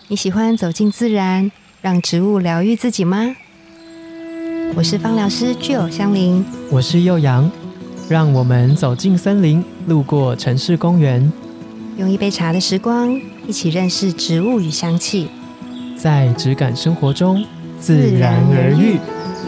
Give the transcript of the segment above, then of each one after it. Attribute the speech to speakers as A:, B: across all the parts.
A: 你喜欢走进自然，让植物疗愈自己吗？我是芳疗师具有香林，
B: 我是幼阳，让我们走进森林，路过城市公园，
A: 用一杯茶的时光，一起认识植物与香气，
B: 在质感生活中自然而愈。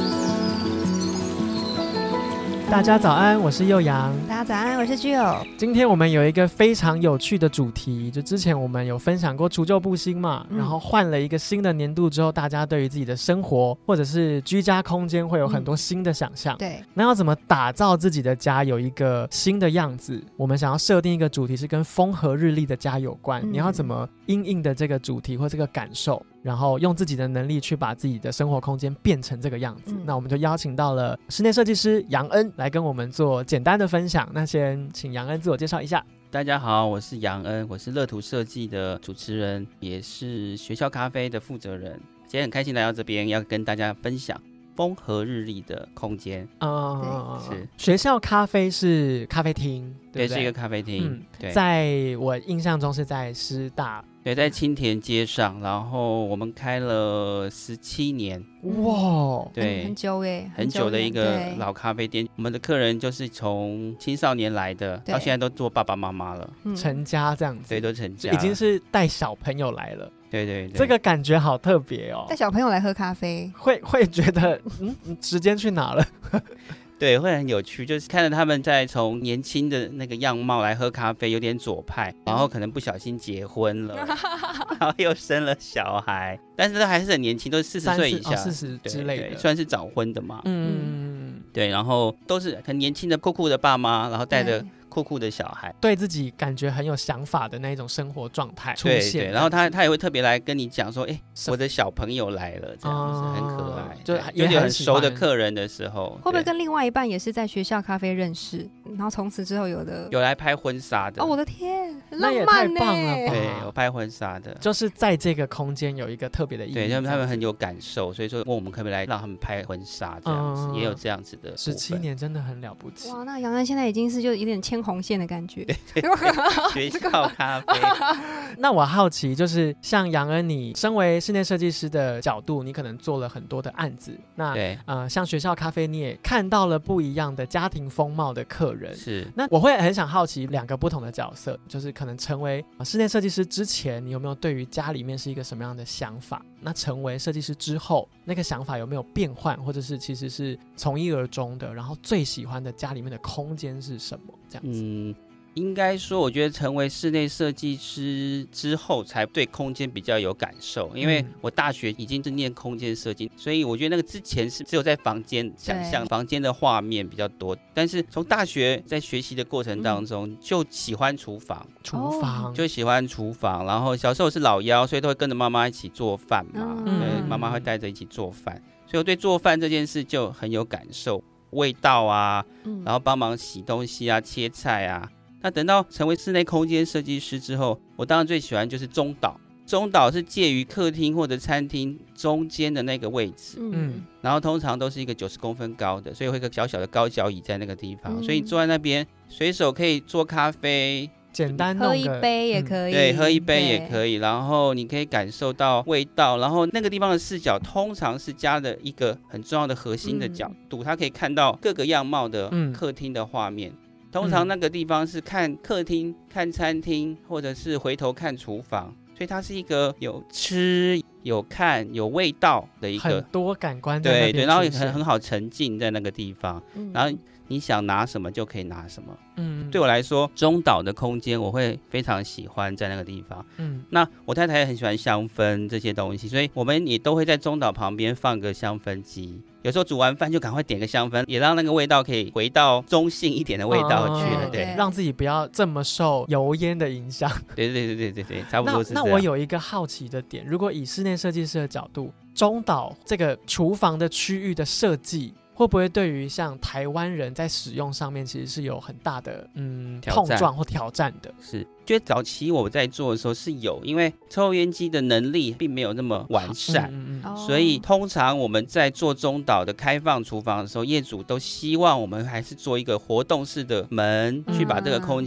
B: 大家早安，我是幼阳。
A: 大家早安，我是具有。
B: 今天我们有一个非常有趣的主题，就之前我们有分享过除旧布新嘛，然后换了一个新的年度之后，大家对于自己的生活或者是居家空间会有很多新的想象。
A: 对，
B: 那要怎么打造自己的家有一个新的样子？我们想要设定一个主题是跟风和日丽的家有关，你要怎么因应的这个主题或这个感受，然后用自己的能力去把自己的生活空间变成这个样子。那我们就邀请到了室内设计师杨恩来跟我们做简单的分享。那先请杨恩自我介绍一下。
C: 大家好，我是杨恩，我是乐图设计的主持人，也是学校咖啡的负责人。今天很开心来到这边，要跟大家分享风和日丽的空间。
B: 是学校咖啡是咖啡厅，对不对？
C: 是一个咖啡厅。对，
B: 在我印象中是在师大。
C: 对，在青田街上，然后我们开了17年。
B: 哇，
C: 对，
A: 很久耶，
C: 很久的一个老咖啡店。我们的客人就是从青少年来的，到现在都做爸爸妈妈了，
B: 成家这样子。
C: 对，都成家，
B: 已经是带小朋友来了。
C: 对对对，
B: 这个感觉好特别哦。
A: 带小朋友来喝咖啡，
B: 会觉得时间去哪了？
C: 对，会很有趣，就是看着他们在从年轻的那个样貌来喝咖啡，有点左派，然后可能不小心结婚了，然后又生了小孩，但是都还是很年轻，都是40岁以下
B: ，40之类的，
C: 算是早婚的嘛。对，然后都是很年轻的酷酷的爸妈，然后带着酷酷的小孩，
B: 对自己感觉很有想法的那种生活状态出现。
C: 对，然后他也会特别来跟你讲说，我的小朋友来了，这样子很可爱。就有很熟的客人的时候，
A: 会不会跟另外一半也是在学校咖啡认识，然后从此之后有来
C: 拍婚纱的？
A: 哦，我的天，很
B: 浪漫耶，那也太棒了吧！
C: 对，有拍婚纱的，
B: 就是在这个空间有一个特别的意义。
C: 对，他们很有感受，所以说问我们可不可以来让他们拍婚纱，这样子也有这样子的。
B: 17年真的很了不起。
A: 哇，那杨恩现在已经是就有点牵红线的感觉。
C: 学校咖啡。
B: 那我好奇，就是像杨恩，你身为室内设计师的角度，你可能做了很多的案子。那像学校咖啡，你也看到了不一样的家庭风貌的客人。
C: 是。
B: 那我会很想好奇2个不同的角色，就是可能成为室内设计师之前，你有没有对于家里面是一个什么样的想法？那成为设计师之后，那个想法有没有变换，或者是其实是从一而终的？然后最喜欢的家里面的空间是什么？这样子。
C: 应该说，我觉得成为室内设计师之后，才对空间比较有感受。因为我大学已经是念空间设计，所以我觉得那个之前是只有在房间想象房间的画面比较多。但是从大学在学习的过程当中，就喜欢厨房，就喜欢厨房。然后小时候是老幺，所以都会跟着妈妈一起做饭嘛。妈妈会带着一起做饭，所以我对做饭这件事就很有感受，味道啊，然后帮忙洗东西啊、切菜啊。那等到成为室内空间设计师之后，我当然最喜欢就是中岛。中岛是介于客厅或者餐厅中间的那个位置，然后通常都是一个90公分高的，所以会有一个小小的高脚椅在那个地方，所以你坐在那边随手可以做咖啡，
B: 简单
A: 喝一杯也可以，
C: 对，喝一杯也可以，然后你可以感受到味道，然后那个地方的视角通常是加了一个很重要的核心的角度，它可以看到各个样貌的客厅的画面。通常那个地方是看客厅、看餐厅，或者是回头看厨房，所以它是一个有吃、有看、有味道的一个
B: 很多感官在那边，
C: 对，然后也很好沉浸在那个地方，然后你想拿什么就可以拿什么。对我来说，中岛的空间我会非常喜欢在那个地方。那我太太也很喜欢香氛这些东西，所以我们也都会在中岛旁边放个香氛机。有时候煮完饭就赶快点个香氛，也让那个味道可以回到中性一点的味道去了。对，
B: 让自己不要这么受油烟的影响。
C: 对，差不多是这样。
B: 那我有一个好奇的点，如果以室内设计师的角度，中岛这个厨房的区域的设计，会不会对于像台湾人在使用上面其实是有很大的碰撞或挑战的？
C: 是，觉得早期我在做的时候是有，因为抽油烟机的能力并没有那么完善，所以通常我们在做中岛的开放厨房的时候，业主都希望我们还是做一个活动式的门，去把这个空间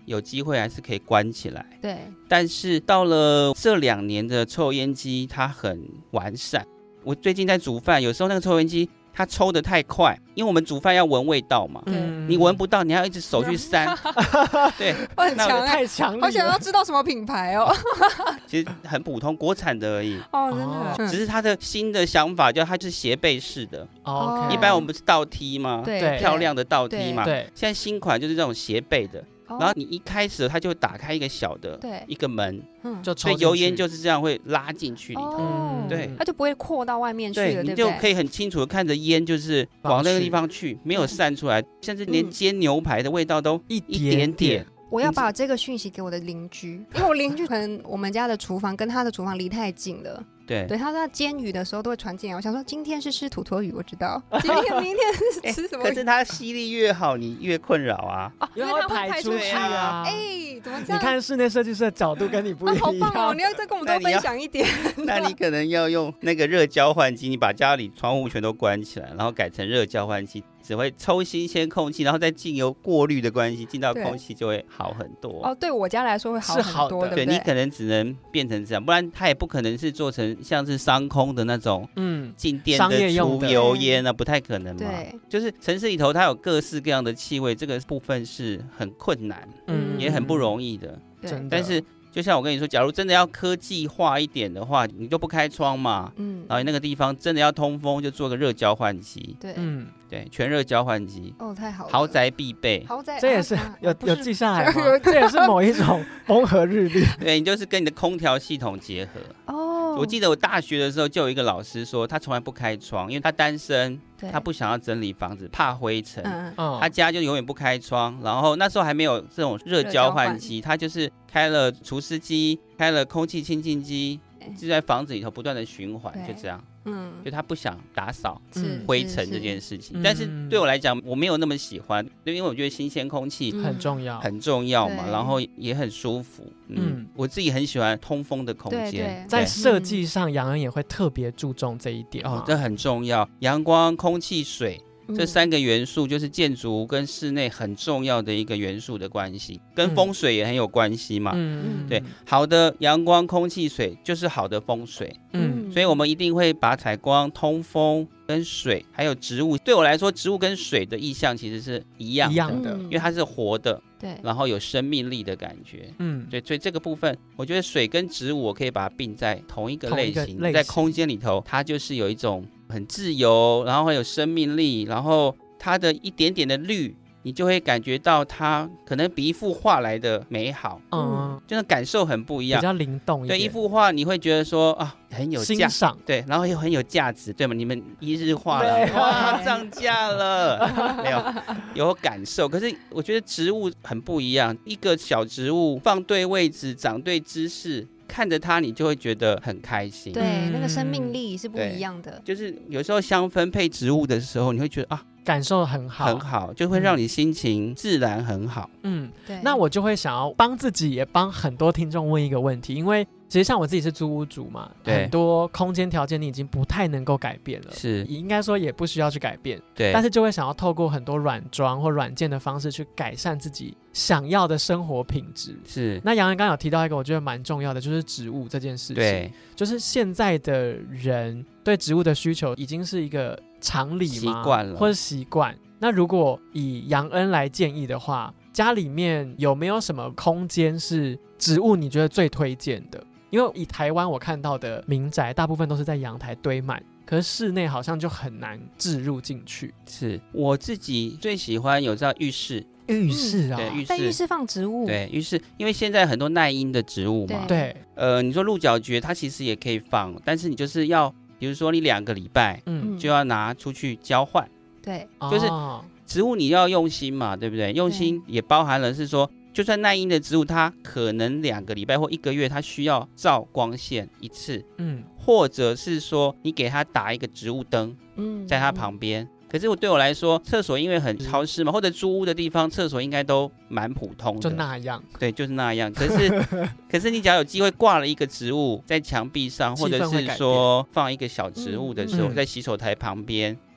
C: 有机会还是可以关起来。
A: 对，
C: 但是到了这2年的抽油烟机，它很完善。我最近在煮饭，有时候那个抽油烟机它抽得太快，因为我们煮饭要闻味道嘛，你闻不到，你要一直手去扇。对，
A: 很强
B: 太强了，
A: 好想要知道什么品牌哦。
C: 其实很普通，国产的而已。
A: 哦，真的，
C: 只是它的新的想法，就它就是斜背式的。
B: 哦，
C: 一般我们不是倒梯吗？
A: 对，
C: 漂亮的倒梯嘛。
B: 对，
C: 现在新款就是这种斜背的。然后你一开始它就会打开一个小的一个门，所以油烟就是这样会拉进去里头，对，
A: 它就不会扩到外面去了，
C: 对，你就可以很清楚的看着烟就是往那个地方去，没有散出来，甚至连煎牛排的味道都一点点。
A: 我要把这个讯息给我的邻居，因为我邻居可能我们家的厨房跟他的厨房离太近了。对，他在煎鱼的时候都会传进来。我想说，今天是吃土鳖鱼，我知道。明天是吃什么？
C: 可是它吸力越好，你越困扰啊。
B: 因为它会排出去啊。
A: 怎么这样？
B: 你看室内设计师的角度跟你不一样。
A: 好棒哦！你要再跟我们多分享一点。
C: 那你可能要用那个热交换机，你把家里窗户全都关起来，然后改成热交换机。只会抽新鲜空气，然后再经由过滤的关系，进到空气就会好很多。
A: 对我家来说会好很多，
C: 对，你可能只能变成这样，不然它也不可能是做成像是商空的那种，静电的除油烟啊，不太可能嘛。对，就是城市里头它有各式各样的气味，这个部分是很困难，也很不容易的。但是就像我跟你说，假如真的要科技化一点的话，你就不开窗嘛，然后那个地方真的要通风，就做个热交换机。对，对，全热交换机。太好了，豪宅必备。
A: 豪宅，
B: 这也是有记下来吗？这也是某一种风和日丽。
C: 对，你就是跟你的空调系统结合。我记得我大学的时候就有一个老师说，他从来不开窗，因为他单身，他不想要整理房子，怕灰尘，他家就永远不开窗。然后那时候还没有这种热交换机，他就是开了除湿机，开了空气清净机，就在房子里头不断的循环，就这样。就他不想打扫灰尘这件事情，但是对我来讲，我没有那么喜欢，因为我觉得新鲜空气
B: 很重要，
C: 很重要嘛，然后也很舒服。我自己很喜欢通风的空间，
B: 在设计上，杨恩也会特别注重这一点。
C: 这很重要，阳光、空气、水。这3个元素就是建筑跟室内很重要的一个元素的关系，跟风水也很有关系嘛。对，好的阳光、空气、水就是好的风水。所以我们一定会把采光、通风跟水，还有植物。对我来说，植物跟水的意象其实是一样的，因为它是活的，对，然后有生命力的感觉。对，所以这个部分，我觉得水跟植物我可以把它并在同一个类型，在空间里头，它就是有一种很自由，然后会有生命力，然后它的一点点的绿，你就会感觉到它可能比一幅画来的美好，就是感受很不一样，
B: 比较灵动一点。
C: 对，一幅画你会觉得说很有
B: 欣赏，
C: 对，然后又很有价值，对吗？你们一日画了，哇，涨价了，没有感受。可是我觉得植物很不一样，一个小植物放对位置，长对姿势。看着它，你就会觉得很开心。
A: 对，那个生命力是不一样的。
C: 就是有时候香氛配植物的时候，你会觉得
B: 感受很好，
C: 很好，就会让你心情自然很好。
B: 对。那我就会想要帮自己，也帮很多听众问一个问题，因为其实像我自己是租屋主嘛，很多空间条件你已经不太能够改变了，是应该说也不需要去改变，对。但是就会想要透过很多软装或软件的方式去改善自己想要的生活品质。是。那杨恩刚刚有提到一个我觉得蛮重要的，就是植物这件事情。对。就是现在的人对植物的需求已经是一个常理吗？习惯了，或者习惯。那如果以杨恩来建议的话，家里面有没有什么空间是植物你觉得最推荐的？因为以台湾我看到的民宅大部分都是在阳台堆满，可是室内好像就很难置入进去。是
C: 我自己最喜欢有这浴室。
B: 浴室啊，
C: 对，浴室，
A: 在浴室放植物，
C: 对，浴室，因为现在很多耐阴的植物嘛，对，你说鹿角蕨它其实也可以放，但是你就是要，比如说你2个礼拜，就要拿出去交换，
A: 对，
C: 就是植物你要用心嘛，对不对？用心也包含了是说，就算耐阴的植物，它可能2个礼拜或1个月，它需要照光线1次，或者是说你给它打一个植物灯，在它旁边。可是对我来说，厕所因为很潮湿嘛，或者租屋的地方，厕所应该都蛮普通的，
B: 就那样。
C: 对，就是那样。可是你只要有机会挂了一个植物在墙壁上，或者是说放一个小植物的时候，在洗手台旁边，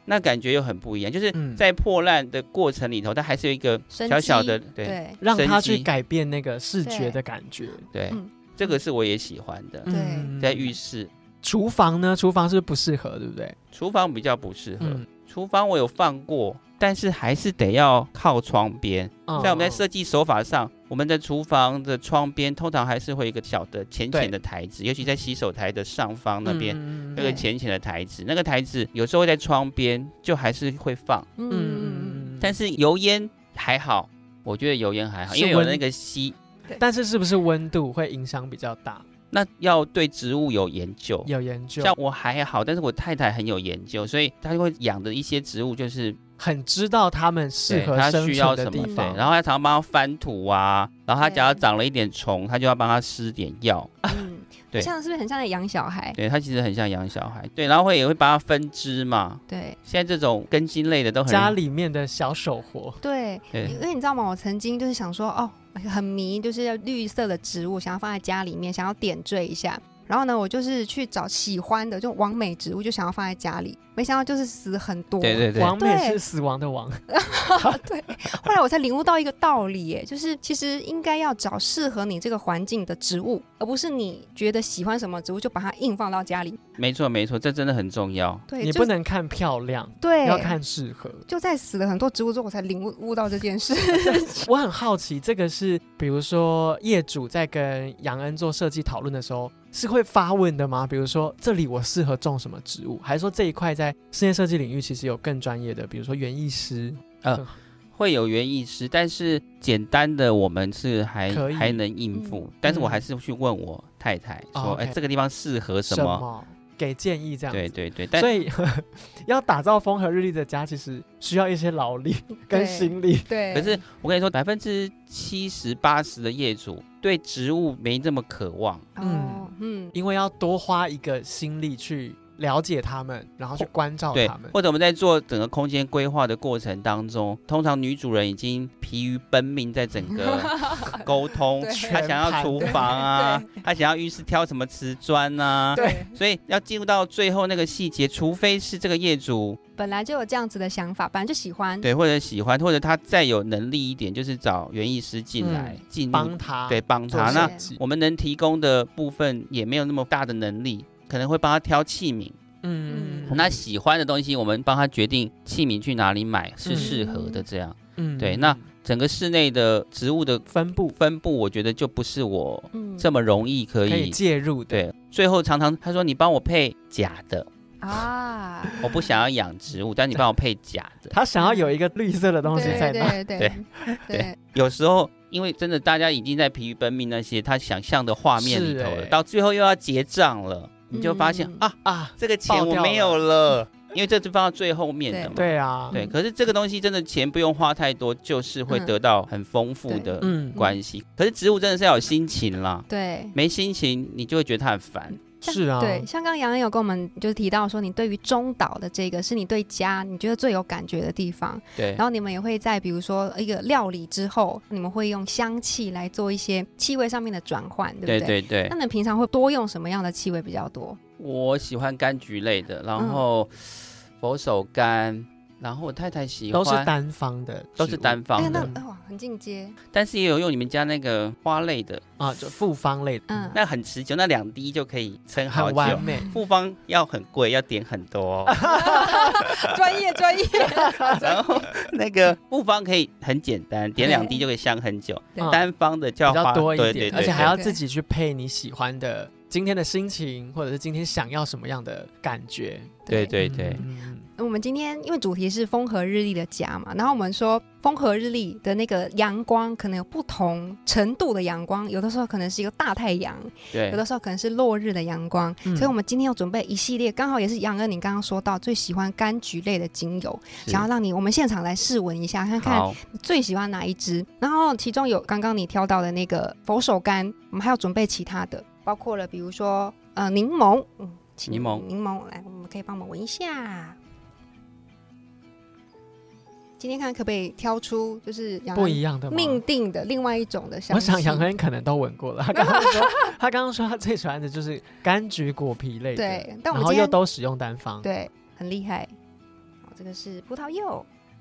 C: 那感觉又很不一样，就是在破烂的过程里头，它还是有一个小小的对，
B: 让它去改变那个视觉的感觉。
C: 对，这个是我也喜欢的。
A: 对，
C: 在浴室。
B: 厨房呢？厨房是不适合，对不对？
C: 厨房比较不适合。厨房我有放过，但是还是得要靠窗边。在我们在设计手法上，我们的厨房的窗边通常还是会有一个小的浅浅的台子，尤其在洗手台的上方那边有个浅浅的台子，那个台子有时候会在窗边，就还是会放。但是油烟还好，我觉得油烟还好，因为有那个吸。
B: 但是是不是温度会影响比较大？
C: 那要对植物有研究，像我还好，但是我太太很有研究，所以她就会养的一些植物就是
B: 很知道它们适合生存的地方，
C: 然后她常常帮它翻土啊，然后她只要长了一点虫，她就要帮它施点药。
A: 对，像是不是很像在养小孩？
C: 对，它其实很像养小孩。对，然后也会帮它分枝嘛。
A: 对，
C: 现在这种根茎类的都很
B: 家里面的小手活。
A: 对，因为你知道吗？我曾经就是想说，很迷，就是绿色的植物，想要放在家里面，想要点缀一下。然后呢，我就是去找喜欢的，就完美植物，就想要放在家里。没想到就是死很多。
C: 对，
B: 完美是死亡的亡。
A: 对，后来我才领悟到一个道理，耶，就是其实应该要找适合你这个环境的植物，而不是你觉得喜欢什么植物就把它硬放到家里。
C: 没错，这真的很重要。
A: 对，
B: 你不能看漂亮，
A: 对，
B: 要看适合。
A: 就在死了很多植物之后，我才领悟到这件事。
B: 我很好奇，这个是比如说业主在跟杨恩做设计讨论的时候，是会发问的吗？比如说这里我适合种什么植物，还是说这一块在室内设计领域其实有更专业的，比如说园艺师？
C: 会有园艺师，但是简单的我们是还能应付，但是我还是去问我太太说，这个地方适合什么？
B: 给建议这样子。
C: 对，
B: 所以要打造风和日丽的家，其实需要一些劳力跟心力。
A: 对，
C: 可是我跟你说，70%、80%的业主对植物没这么渴望。
B: 因为要多花一个心力去了解他们，然后去关照他们。
C: 或者我们在做整个空间规划的过程当中，通常女主人已经疲于奔命在整个沟通，她想要厨房啊，她想要浴室挑什么瓷砖啊，所以要进入到最后那个细节，除非是这个业主
A: 本来就有这样子的想法，本来就喜欢，
C: 对，或者喜欢，或者他再有能力一点，就是找园艺师进来，
B: 帮他，
C: 对，帮他。那我们能提供的部分也没有那么大的能力，可能会帮他挑器皿。那喜欢的东西，我们帮他决定器皿去哪里买是适合的，这样。对。那整个室内的植物的分布，我觉得就不是我这么容易可以
B: 介入的。
C: 对，最后常常他说你帮我配假的。我不想要养植物，但你帮我配假的。
B: 他想要有一个绿色的东西在那。
A: 对，
C: 有时候因为真的大家已经在疲于奔命那些他想象的画面里头了，到最后又要结账了，你就发现这个钱我没有了，因为这是放到最后面的嘛。
B: 对啊，
C: 对。可是这个东西真的钱不用花太多，就是会得到很丰富的关系。可是植物真的是要有心情啦，
A: 对，
C: 没心情你就会觉得它很烦。
B: 是啊，
A: 对，像刚刚杨恩有跟我们就是提到说，你对于中岛的这个是你对家你觉得最有感觉的地方，
C: 对。
A: 然后你们也会在比如说一个料理之后，你们会用香气来做一些气味上面的转换，对不对？
C: 对。
A: 那你平常会多用什么样的气味比较多？
C: 我喜欢柑橘类的，然后佛手柑。然后我太太喜欢
B: 都是单方的，
A: 很进阶。
C: 但是也有用你们家那个花类的
B: 就复方类的，
C: 那很持久，那2滴就可以撑好久，
B: 很完美。
C: 复方要很贵，要点很多。
A: 专业。
C: 然后那个复方可以很简单，点2滴就可以香很久。单方的就要花
B: 比较多一点，而且还要自己
A: 去
B: 配你喜欢的今天的心情，或者是今天想要什么样的感觉。
C: 对。
A: 我们今天因为主题是风和日丽的家嘛，然后我们说风和日丽的那个阳光可能有不同程度的阳光，有的时候可能是一个大太阳，
C: 对，
A: 有的时候可能是落日的阳光，所以我们今天要准备一系列，刚好也是杨恩你刚刚说到最喜欢柑橘类的精油，想要让我们现场来试闻一下，看看你最喜欢哪一支。然后其中有刚刚你挑到的那个佛手柑，我们还要准备其他的，包括了比如说柠檬，柠檬来，我们可以帮我们闻一下。今天看可不可以挑出就是
B: 不一样的
A: 命定的另外一种的香气。
B: 我想杨恩可能都闻过了，他刚刚说他最喜欢的就是柑橘果皮类的，
A: 对，但我们
B: 然后又都使用单方，
A: 对，很厉害。 这个是葡萄柚。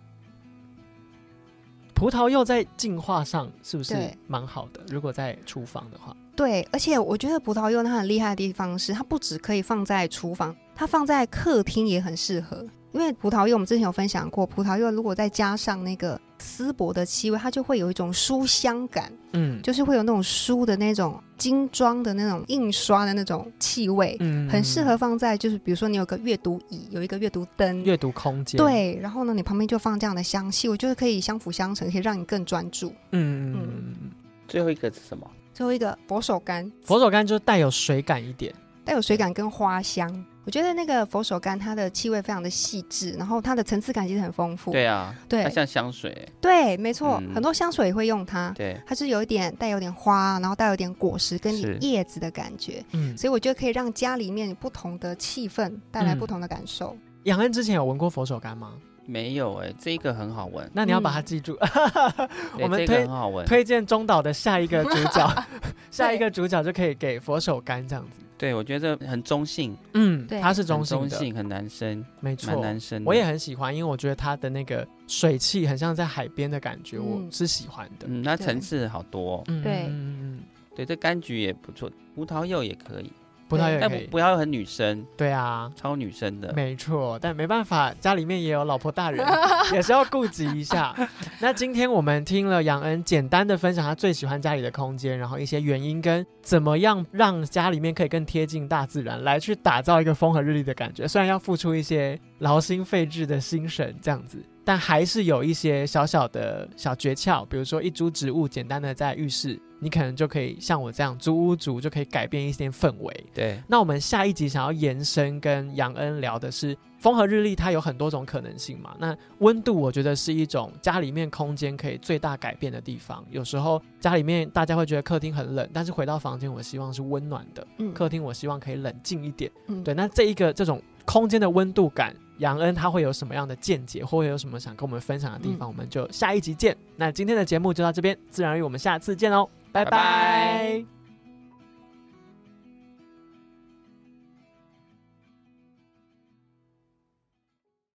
B: 葡萄柚在净化上是不是蛮好的？如果在厨房的话，
A: 对，而且我觉得葡萄柚它很厉害的地方是，它不只可以放在厨房，它放在客厅也很适合。因为葡萄柚我们之前有分享过，葡萄柚如果再加上那个丝柏的气味，它就会有一种书香感，就是会有那种书的那种精装的那种印刷的那种气味，很适合放在就是比如说你有个阅读椅，有一个阅读灯，
B: 阅读空间，
A: 对，然后呢你旁边就放这样的香气，我觉得可以相辅相成，可以让你更专注。
C: 最后一个是什么？
A: 最后一个佛手柑，
B: 佛手柑就带有水感一点，
A: 带有水感跟花香。我觉得那个佛手柑它的气味非常的细致，然后它的层次感其实很丰富。
C: 对啊，
A: 对，
C: 它像香水。
A: 对，没错，很多香水也会用它。
C: 对，
A: 它是带有点花，然后带有点果实跟叶子的感觉。所以我觉得可以让家里面不同的气氛带来不同的感受。
B: 杨恩之前有闻过佛手柑吗？
C: 没有这个很好闻。
B: 那你要把它记住。我们
C: 很好闻，
B: 推荐中岛的下一个主角，下一个主角就可以给佛手柑这样子。
C: 对，我觉得很中性。
B: 它是中性的，
C: 中性很男生，
B: 没错，
C: 蛮男生的。
B: 我也很喜欢，因为我觉得它的那个水汽很像在海边的感觉，我是喜欢的。
C: 它层次好多。对，这柑橘也不错，葡萄柚也可以。
B: 葡萄柚也可以，
C: 但不要很女生。
B: 对啊，
C: 超女生的，
B: 没错。但没办法，家里面也有老婆大人，也是要顾及一下。那今天我们听了杨恩简单的分享他最喜欢家里的空间，然后一些原因跟怎么样让家里面可以更贴近大自然，来去打造一个风和日丽的感觉。虽然要付出一些劳心费智的心神这样子，但还是有一些小小的小诀窍，比如说一株植物简单的在浴室，你可能就可以像我这样租屋族就可以改变一些氛围。
C: 对，
B: 那我们下一集想要延伸跟杨恩聊的是风和日丽，它有很多种可能性嘛。那温度我觉得是一种家里面空间可以最大改变的地方。有时候家里面大家会觉得客厅很冷，但是回到房间我希望是温暖的，客厅我希望可以冷静一点。对，那这种空间的温度感，杨恩他会有什么样的见解，或会有什么想跟我们分享的地方，我们就下一集见。那今天的节目就到这边，自然而然我们下次见哦，拜拜。